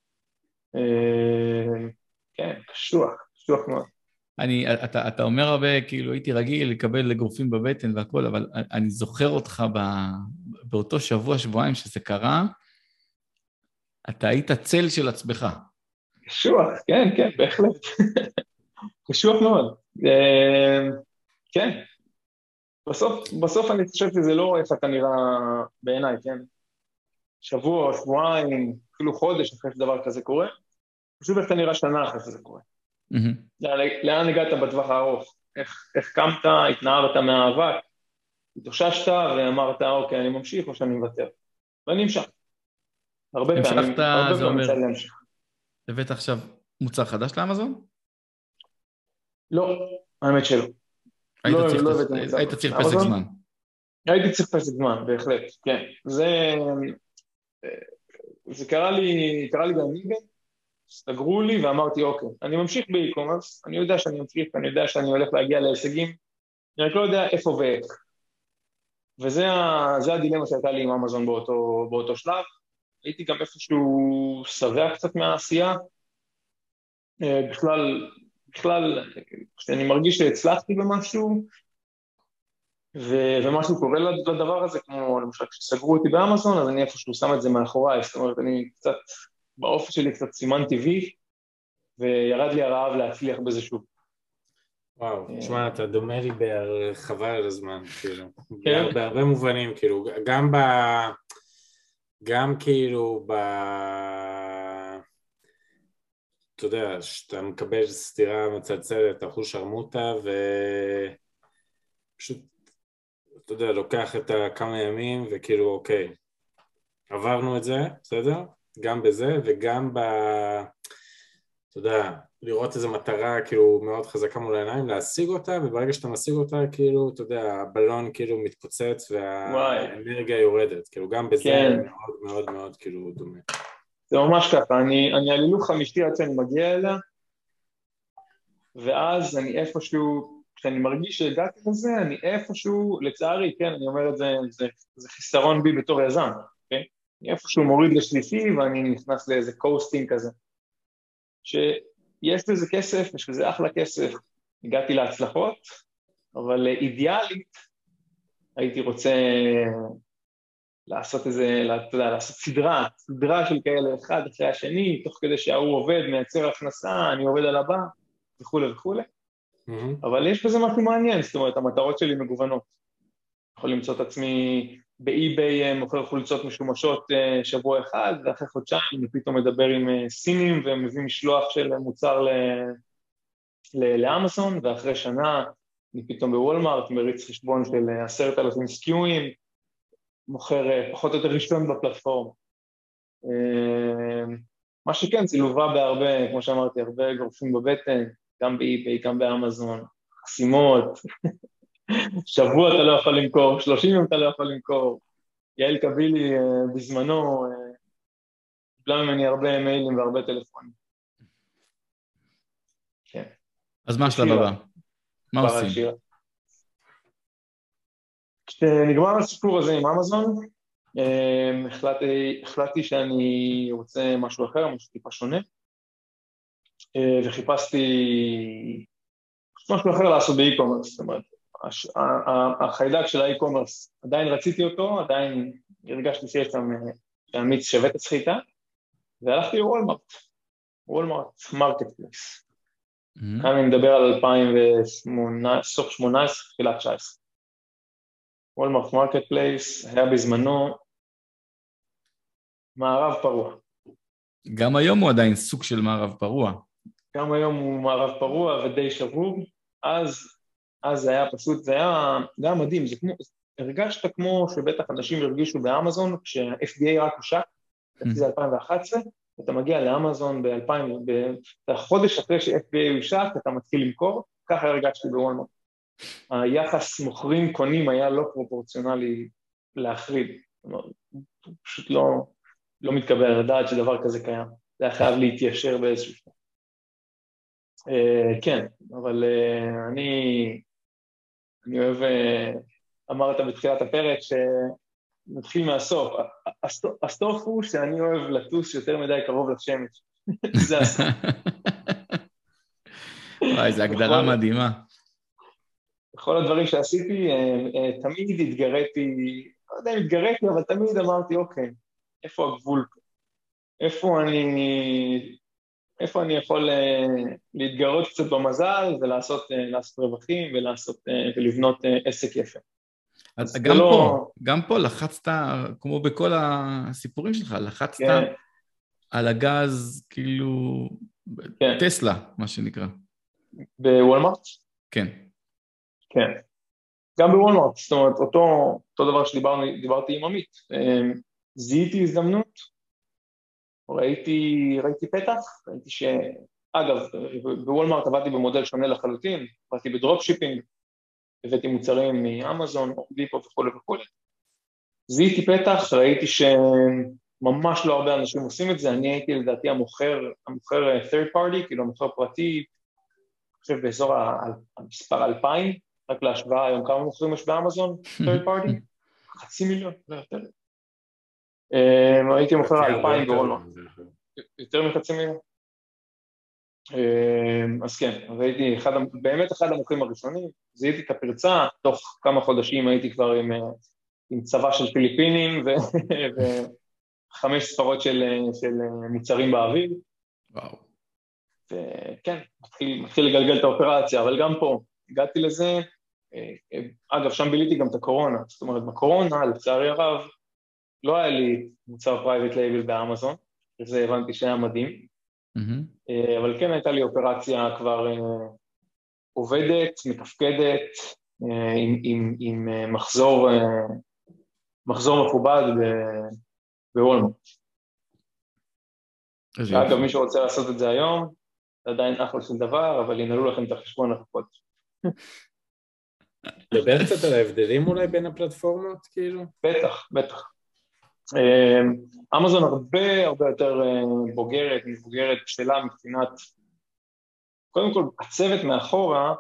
כן, קשוח מאוד. אתה אומר הרבה, כאילו הייתי רגיל לקבל לגרופים בבטן והכל, אבל אני זוכר אותך באותו שבועיים שזה קרה, אתה היית צל של עצמך. קשוח, כן, בהחלט. קשוח מאוד. כן. בסוף אני חושב שזה לא איפה אתה נראה בעיניי, כן? שבוע, שבועיים, אפילו חודש אחרי שדבר כזה קורה, פשוט איך אתה נראה שנה אחרי שזה קורה. לאן הגעת בטווח הארוך? איך קמת, התנערת מהאבק, התאוששת ואמרת, אוקיי, אני ממשיך או שאני מוותר. ואני המשך. הרבה פעמים מצא להמשיך. הבאת עכשיו מוצר חדש לאמזון? לא, האמת שלא. היית צריך פסק זמן. הייתי צריך פסק זמן, בהחלט, כן. זה קרה לי גם איבן, סגרו לי ואמרתי, אוקיי, אני ממשיך באי-קומרס, אני יודע שאני ממשיך, אני יודע שאני הולך להגיע להישגים, אני רק לא יודע איפה ואיך. וזה הדילמה שהייתה לי עם אמזון באותו שלב. הייתי גם איפשהו שבע קצת מהעשייה. בכלל, כשאני מרגיש שהצלחתי במשהו, ומשהו קורה לדבר הזה, כמו למשל כשסגרו אותי באמזון, אז אני איפשהו שם את זה מאחוריי, זאת אומרת, אני קצת, באופי שלי קצת סימן טבעי, וירד לי הרעב להצליח בזה שוב. וואו, תשמע, אתה דומה לי חבל על הזמן, כאילו, כן? בהרבה מובנים, כאילו, גם כאילו אתה יודע, שאתה מקבל סתירה מצלצלת, אתה חוש שרמוטה, ופשוט, אתה יודע, לוקח את כמה ימים, וכאילו, אוקיי, עברנו את זה, בסדר? גם בזה, וגם אתה יודע, לראות איזו מטרה כאילו מאוד חזקה מול העיניים, להשיג אותה, וברגע שאתה משיג אותה, כאילו, אתה יודע, הבלון כאילו מתפוצץ, והאנרגיה יורדת, כאילו, גם בזה כן. מאוד מאוד מאוד כאילו דומה. זה ממש ככה, אני על הילוך חמישי עד שאני מגיע אליה, ואז אני איפשהו, כשאני מרגיש שהגעתי לזה, אני איפשהו, לצערי, כן, אני אומר את זה, זה חיסרון בי בתור יזם, אוקיי? אני איפשהו מוריד לשלישי, ואני נכנס לאיזה קוסטינג כזה. שיש בזה כסף, יש בזה אחלה כסף, הגעתי להצלחות, אבל אידיאלית, הייתי רוצה לעשות איזה, אתה יודע, לעשות סדרה של כאלה, אחד אחרי השני, תוך כדי שההוא עובד, מייצר הכנסה, אני עובד על הבא, וכו' וכו'. אבל יש בזה משהו מעניין, זאת אומרת, המטרות שלי מגוונות. יכול למצוא את עצמי באי-ביי מוכר חולצות משומשות שבוע אחד, ואחרי חודשיים אני פתאום מדבר עם סינים ומביא משלוח של מוצר לאמזון, ואחרי שנה אני פתאום בוולמארט מריץ חשבון של 10,000 סקיואים, מוכר פחות או יותר ראשון בפלטפורם. מה שכן, זה לווה בהרבה, כמו שאמרתי, הרבה גורפים בבטן, גם באי-ביי, גם באמזון, חסימות, שבוע אתה לא יכול למכור, 30 יום אתה לא יכול למכור. יעל קבילי בזמנו, קיבלה ממני הרבה מיילים והרבה טלפונים. כן. אז מה השלב הבא? מה עושים? כשנגמר הסיפור הזה עם אמזון, החלטתי שאני רוצה משהו אחר, משהו טיפה שונה, וחיפשתי משהו אחר לעשות באי-קומרס, זאת אומרת, החיידק של האי-קומרס, עדיין רציתי אותו, עדיין הרגשתי שיש שם שהמיץ שווה את הסחיטה, והלכתי לוולמארט, וולמארט מרקט פלייס. כאן אני מדבר על 2018, סוף 18, תחילת 19. וולמארט מרקט פלייס היה בזמנו מערב פרוע. גם היום הוא עדיין סוג של מערב פרוע. גם היום הוא מערב פרוע ודי שבור, אז זה היה פשוט, זה היה מדהים, זה כמו, הרגשת כמו שבטח אנשים הרגישו באמזון, כשה-FDA רק הושק, זה 2011, אתה מגיע לאמזון בחודש אחרי ש-FDA הושק, אתה מתחיל למכור, ככה הרגשתי בוולמארט. היחס מוכרים קונים היה לא פרופורציונלי להחריד, פשוט לא מתקבל לדעת שדבר כזה קיים, זה היה חייב להתיישר באיזשהו שני. כן, אבל אני אוהב, אמרת בתחילת הפרק שנתחיל מהסוף, הסוף הוא שאני אוהב לטוס יותר מדי קרוב לשמש, זה הסוף. וואי, זו הגדרה מדהימה. בכל הדברים שעשיתי, תמיד התגריתי, לא יודע אם התגריתי, אבל תמיד אמרתי, אוקיי, איפה הגבול? איפה אני יכול להתגרות קצת במזל ולעשות רווחים ולבנות עסק יפה. גם פה לחצת, כמו בכל הסיפורים שלך, לחצת על הגז, כאילו, טסלה, מה שנקרא. בוולמארט? כן. כן. גם בוולמארט, זאת אומרת, אותו דבר שדיברתי עם עמית. זיהיתי הזדמנות, ראיתי פתח, ראיתי אגב, בוולמארט עבדתי במודל שונה לחלוטין, עבדתי בדרופ שיפינג, הבאתי מוצרים מאמזון, דיפו וכו' וכו'. זיהיתי פתח, ראיתי שממש לא הרבה אנשים עושים את זה, אני הייתי לדעתי המוכר third party, כאילו המוכר פרטי, אני חושב באזור המספר 2,000, רק להשוואה היום כמה מוכרים יש באמזון, third party, 500,000, לא יותר. הייתי מוכר 2,000 בוולמרט. יותר מחצי מיליון. אז כן, אז הייתי באמת אחד המוכרים הראשונים, זיהיתי את הפרצה, תוך כמה חודשים הייתי כבר עם צבא של פיליפינים ו5 ספרות של מוצרים באוויר. וואו. וכן, מתחיל לגלגל את האופרציה, אבל גם פה הגעתי לזה, אגב, שם ביליתי גם את הקורונה, זאת אומרת, בקורונה, לצערי הרב, לא היה לי מוצר פרייבט לייבל באמזון, וזה הבנתי שהיה מדהים, אבל כן הייתה לי אופרציה כבר עובדת, מתפקדת, עם מחזור מכובד בוולמרט. אגב, מי שרוצה לעשות את זה היום, זה עדיין אחלה של דבר, אבל ינהלו לכם את החשבון לחכות. דבר קצת על ההבדלים אולי בין הפלטפורמות, כאילו? בטח. אמזון הרבה יותר מבוגרת, בשלה מבחינת, קודם כל, הצוות מאחורה,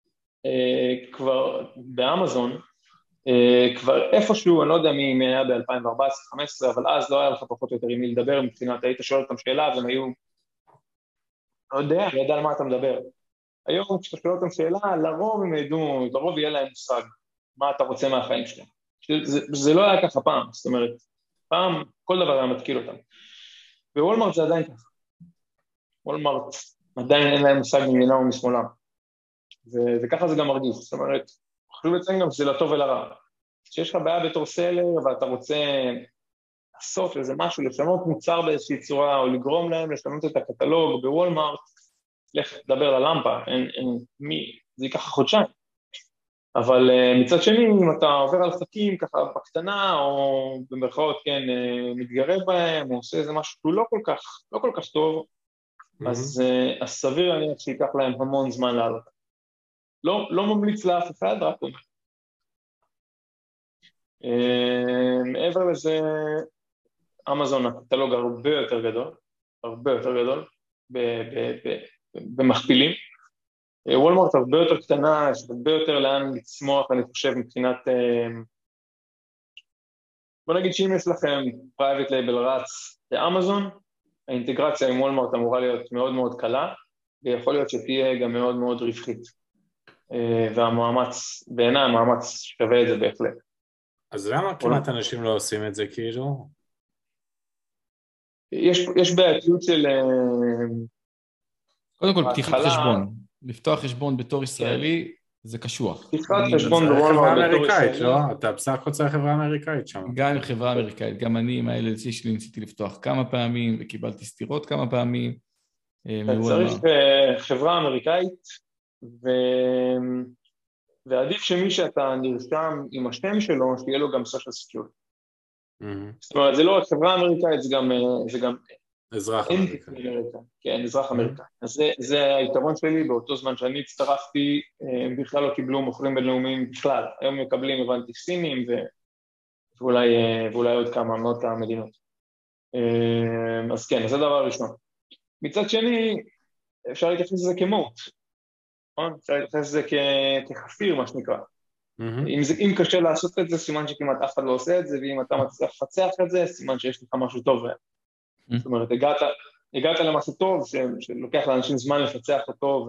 כבר באמזון, כבר איפשהו, אני לא יודע מי היה ב-2014-2015, אבל אז לא היה לך פחות או יותר עם מי לדבר, מבחינת, היית שואל אותם שאלה, והם היו, לא יודע על מה אתה מדבר. היום כשאתה שואל אותם שאלה, לרוב יהיה להם מושג, מה אתה רוצה מהחיים שלהם. זה לא היה ככה פעם, זאת אומרת, פעם כל דבר היה מתקיל אותם. ווולמרט זה עדיין ככה. וולמרט עדיין אין להם מושג מימינם ומשמאלם. וככה זה גם מרגיש, זאת אומרת, חשוב לציין גם שזה לטוב ולרע. כשיש לך בעיה בתור סלר ואתה רוצה לעשות איזה משהו, לשנות מוצר באיזושהי צורה, או לגרום להם לשנות את הקטלוג בוולמרט, לך לדבר ללמפה, זה ייקח חודשיים. אבל מצד שני, אם אתה עובר על חכים ככה בקטנה, או במרכאות, כן, מתגרב בהם, או עושה איזה משהו שהוא לא כל כך טוב, אז סביר להניח שייקח להם המון זמן לעלות. לא ממליץ לאף אחד, רק אומר. מעבר לזה, אמזון הקטלוג הרבה יותר גדול, במכפילים. וולמרט הרבה יותר קטנה, יש הרבה יותר לאן לצמוח, אני חושב, מבחינת, בוא נגיד שאם יש לכם פרייבט לייבל רץ באמזון, האינטגרציה עם וולמרט אמורה להיות מאוד מאוד קלה, ויכול להיות שתהיה גם מאוד מאוד רווחית. והמאמץ, בעיניי המאמץ שווה את זה בהחלט. אז למה כמעט אנשים לא עושים את זה כאילו? יש בעייתיות של... קודם כל, פתיחת חשבון. לפתוח חשבון בתור ישראלי, זה קשוח. פתיחת חשבון בוולמרט בתור ישראלי. לא? אתה בסך הכל צריך חברה אמריקאית שם. גם חברה אמריקאית. גם אני עם ה-LLC שלי ניסיתי לפתוח כמה פעמים, וקיבלתי סתירות כמה פעמים. אתה צריך חברה אמריקאית, ועדיף שמי שאתה נרשם עם השם שלו, שיהיה לו גם social security. זאת אומרת, זה לא רק חברה אמריקאית, זה גם אזרח אמריקאי. כן, אזרח אמריקאי. אז זה היתרון שלי, באותו זמן שאני הצטרפתי, הם בכלל לא קיבלו מוכרים בינלאומיים בכלל. היום מקבלים, הבנתי, סינים, ואולי עוד כמה מאות המדינות. אז כן, זה הדבר הראשון. מצד שני, אפשר להתייחס לזה כמוט. אפשר להתייחס לזה כחפיר, מה שנקרא. אם קשה לעשות את זה, סימן שכמעט אף אחד לא עושה את זה, ואם אתה מצליח לפצח את זה, סימן שיש לך משהו טוב. זאת אומרת, הגעת למשהו טוב, שלוקח לאנשים זמן לפצח אותו,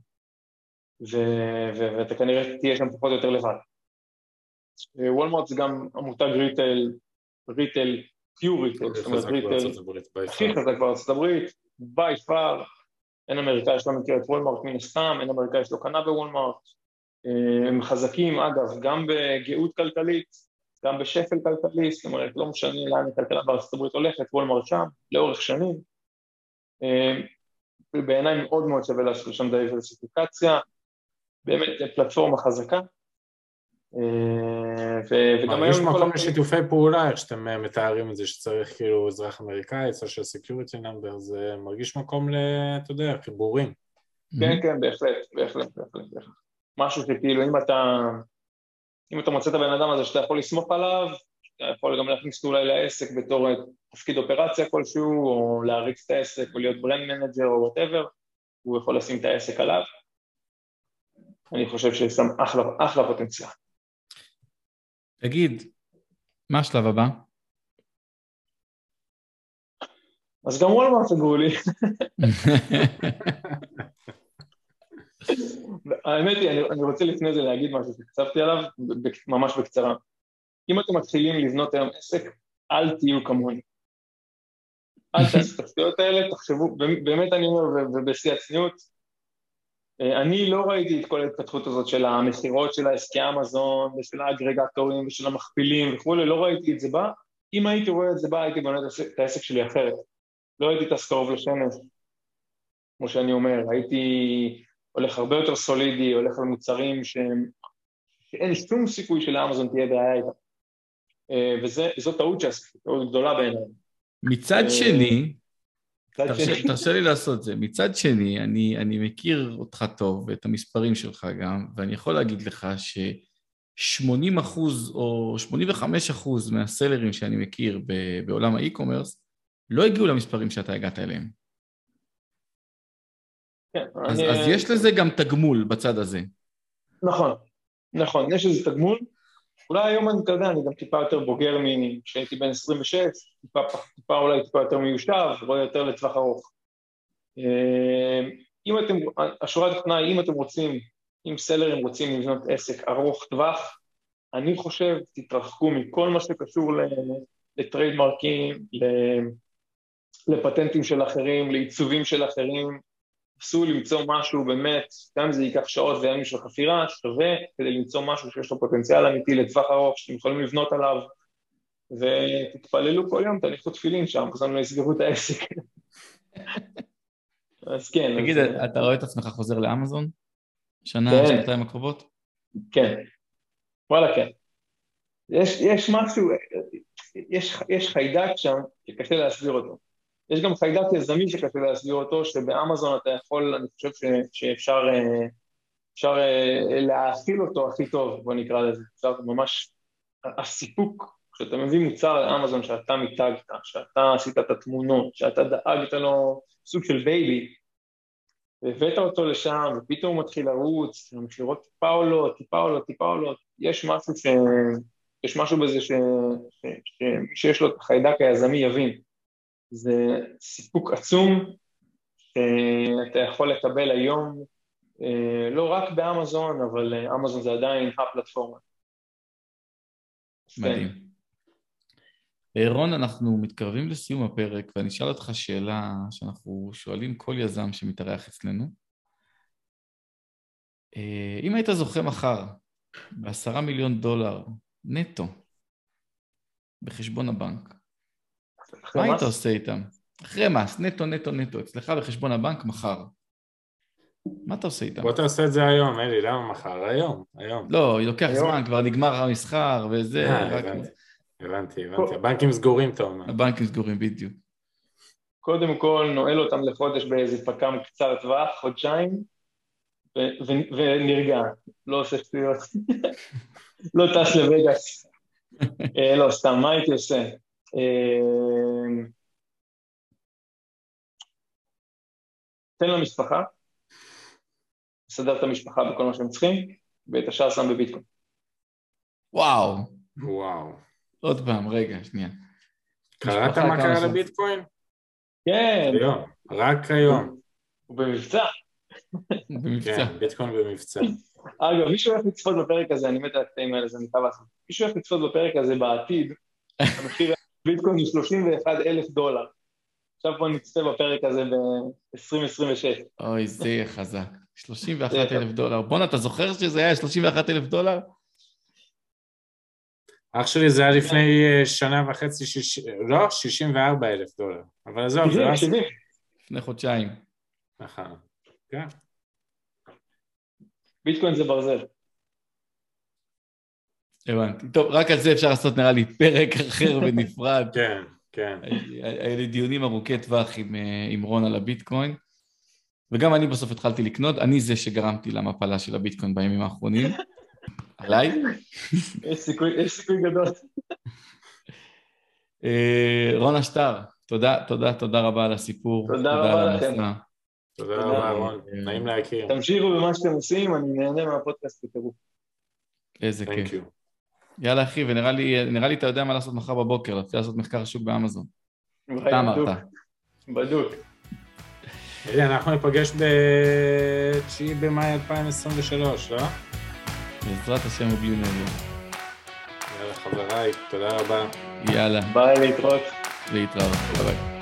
ואתה כנראה תהיה שם פחות או יותר לבד. וולמרט זה גם המותג ריטל, פיור ריטל, זאת אומרת ריטל, הכי חזק בארצות הברית, by far, אין אמריקאי שלא מכיר את וולמרט מן הסתם, אין אמריקאי שלא קנה בוולמרט, הם חזקים אגב, גם בגאות כלכלית, גם בשפל כלכלי, זאת אומרת, לא משנה לאן הכלכלה בארצות הברית הולכת, וולמרט שם, לאורך שנים, בעיניי מאוד מאוד שווה לעשות שם דיברסיפיקציה, באמת פלטפורמה חזקה, וגם היום... יש מקום לשיתופי פעולה, איך שאתם מתארים את זה, שצריך כאילו אזרח אמריקאי, social security number, זה מרגיש מקום אתה יודע, חיבורים. כן, בהחלט. משהו שכאילו, אם אתה מוצא את הבן אדם הזה שאתה יכול לסמוך עליו, אתה יכול גם להכניס אולי לעסק בתור תפקיד אופרציה כלשהו, או להריץ את העסק, או להיות ברנד מנג'ר, או whatever, הוא יכול לשים את העסק עליו. אני חושב שיש שם אחלה פוטנציאל. תגיד, מה השלב הבא? אז גם וולמרט סגרו לי. האמת היא, אני רוצה לפני זה להגיד משהו שכתבתי עליו, ממש בקצרה. אם אתם מתחילים לבנות היום עסק, אל תהיו כמוני. אל תעשו את השטויות האלה, תחשבו, באמת אני אומר, ובשיא הצניעות, אני לא ראיתי את כל ההתפתחות הזאת של המחירות של העסקי אמזון, ושל האגרגטורים, ושל המכפילים וכו', לא ראיתי את זה בה. אם הייתי רואה את זה בה, הייתי בונה את העסק שלי אחרת. לא הייתי טס קרוב לשמש, כמו שאני אומר, הייתי הולך הרבה יותר סולידי, הולך על מוצרים שאין שום סיכוי שלאמזון תהיה בעיה איתה. וזו טעות שעשיתי, טעות גדולה בעיניי. מצד שני, תרשה לי לעשות זה, מצד שני, אני מכיר אותך טוב, ואת המספרים שלך גם, ואני יכול להגיד לך ש80% או 85% מהסלרים שאני מכיר בעולם האי-קומרס, לא הגיעו למספרים שאתה הגעת אליהם. כן, אז יש לזה גם תגמול בצד הזה. נכון, יש לזה תגמול. אולי היום אתה יודע, אני גם טיפה יותר בוגר כשהייתי בן 26, טיפה אולי טיפה יותר מיושב, רואה יותר לטווח ארוך. השורה התחתונה, אם אתם רוצים, אם סלרים רוצים לבנות עסק ארוך טווח, אני חושב, תתרחקו מכל מה שקשור לטריידמרקים, לפטנטים של אחרים, לעיצובים של אחרים, עשו למצוא משהו באמת, גם אם זה ייקח שעות וימים של חפירה, שווה כדי למצוא משהו שיש לו פוטנציאל אמיתי לטווח ארוך, שאתם יכולים לבנות עליו, ותתפללו כל יום, תניחו תפילין שם, אז לא יסגרו את העסק. אז כן. תגיד, אתה רואה את עצמך חוזר לאמזון? שנה, שנתיים הקרובות? כן. וואלה, כן. יש משהו, יש חיידק שם, שקשה להסביר אותו. יש גם חיידק יזמי שקשה להסביר אותו, שבאמזון אתה יכול, אני חושב שאפשר להאכיל אותו הכי טוב, בוא נקרא לזה. אפשר ממש, הסיפוק, כשאתה מביא מוצר לאמזון שאתה מיתגת, שאתה עשית את התמונות, שאתה דאגת לו סוג של בייבי, והבאת אותו לשם, ופתאום הוא מתחיל לרוץ, המחירות טיפה עולות, יש משהו בזה שמי שיש לו את החיידק היזמי יבין. זה סיפוק עצום שאתה יכול לקבל היום, לא רק באמזון, אבל אמזון זה עדיין הפלטפורמה. מדהים. רון, אנחנו מתקרבים לסיום הפרק, ואני אשאל אותך שאלה שאנחנו שואלים כל יזם שמתארח אצלנו. אם היית זוכה מחר ב$10 מיליון נטו בחשבון הבנק, מה היית עושה איתם? אחרי מס, נטו, אצלך בחשבון הבנק מחר. מה אתה עושה איתם? בוא תעשה את זה היום, אלי, למה מחר? היום. לא, לוקח זמן, כבר נגמר המסחר וזה. הבנתי. הבנקים סגורים, אתה אומר. הבנקים סגורים, בדיוק. קודם כל, נועל אותם לחודש באיזה פקם קצר טווח, חודשיים, ונרגע. לא עושה שטויות. לא טס לווגאס. לא, סתם, מה הייתי עושה? תן למשפחה, לסדר את המשפחה בכל מה שהם צריכים, ואת השאר שם בביטקוין. וואו. עוד פעם, רגע, שנייה. קראת מה קרה לביטקוין? כן. היום, רק היום. הוא במבצע. כן, ביטקוין במבצע. אגב, מישהו הולך לצפות בפרק הזה, אני מת על הקטעים האלה, זה ניתן לעשות. מישהו הולך לצפות בפרק הזה בעתיד, המחיר ביטקוין הוא $31,000. עכשיו בוא נצפה בפרק הזה ב-2026. אוי, זה יהיה חזק. $31,000. בונה, אתה זוכר שזה היה $31,000? אח שלי זה היה לפני שנה וחצי, לא, $64,000. אבל עזוב, זה לא... לפני חודשיים. נכון, כן. ביטקוין זה ברזל. הבנתי. טוב, רק על זה אפשר לעשות נראה לי פרק אחר ונפרד. כן. היה לי דיונים ארוכי טווח עם רון על הביטקוין, וגם אני בסוף התחלתי לקנות, אני זה שגרמתי למפלה של הביטקוין בימים האחרונים. עליי? יש סיכוי גדול. רון אשטר, תודה רבה על הסיפור. תודה רבה לכם. תודה רבה, רון. נעים להכיר. תמשיכו במה שאתם עושים, אני נהנה מהפודקאסט בטירוף. איזה כיף. יאללה אחי, ונראה לי אתה יודע מה לעשות מחר בבוקר, להתחיל לעשות מחקר שוק באמזון. אתה אמרת. בדוק. אנחנו ניפגש ב-9 במאי 2023, לא? בעזרת השם ובלי נדר. יאללה חבריי, תודה רבה. יאללה. ביי, להתראות. להתראות. ביי ביי.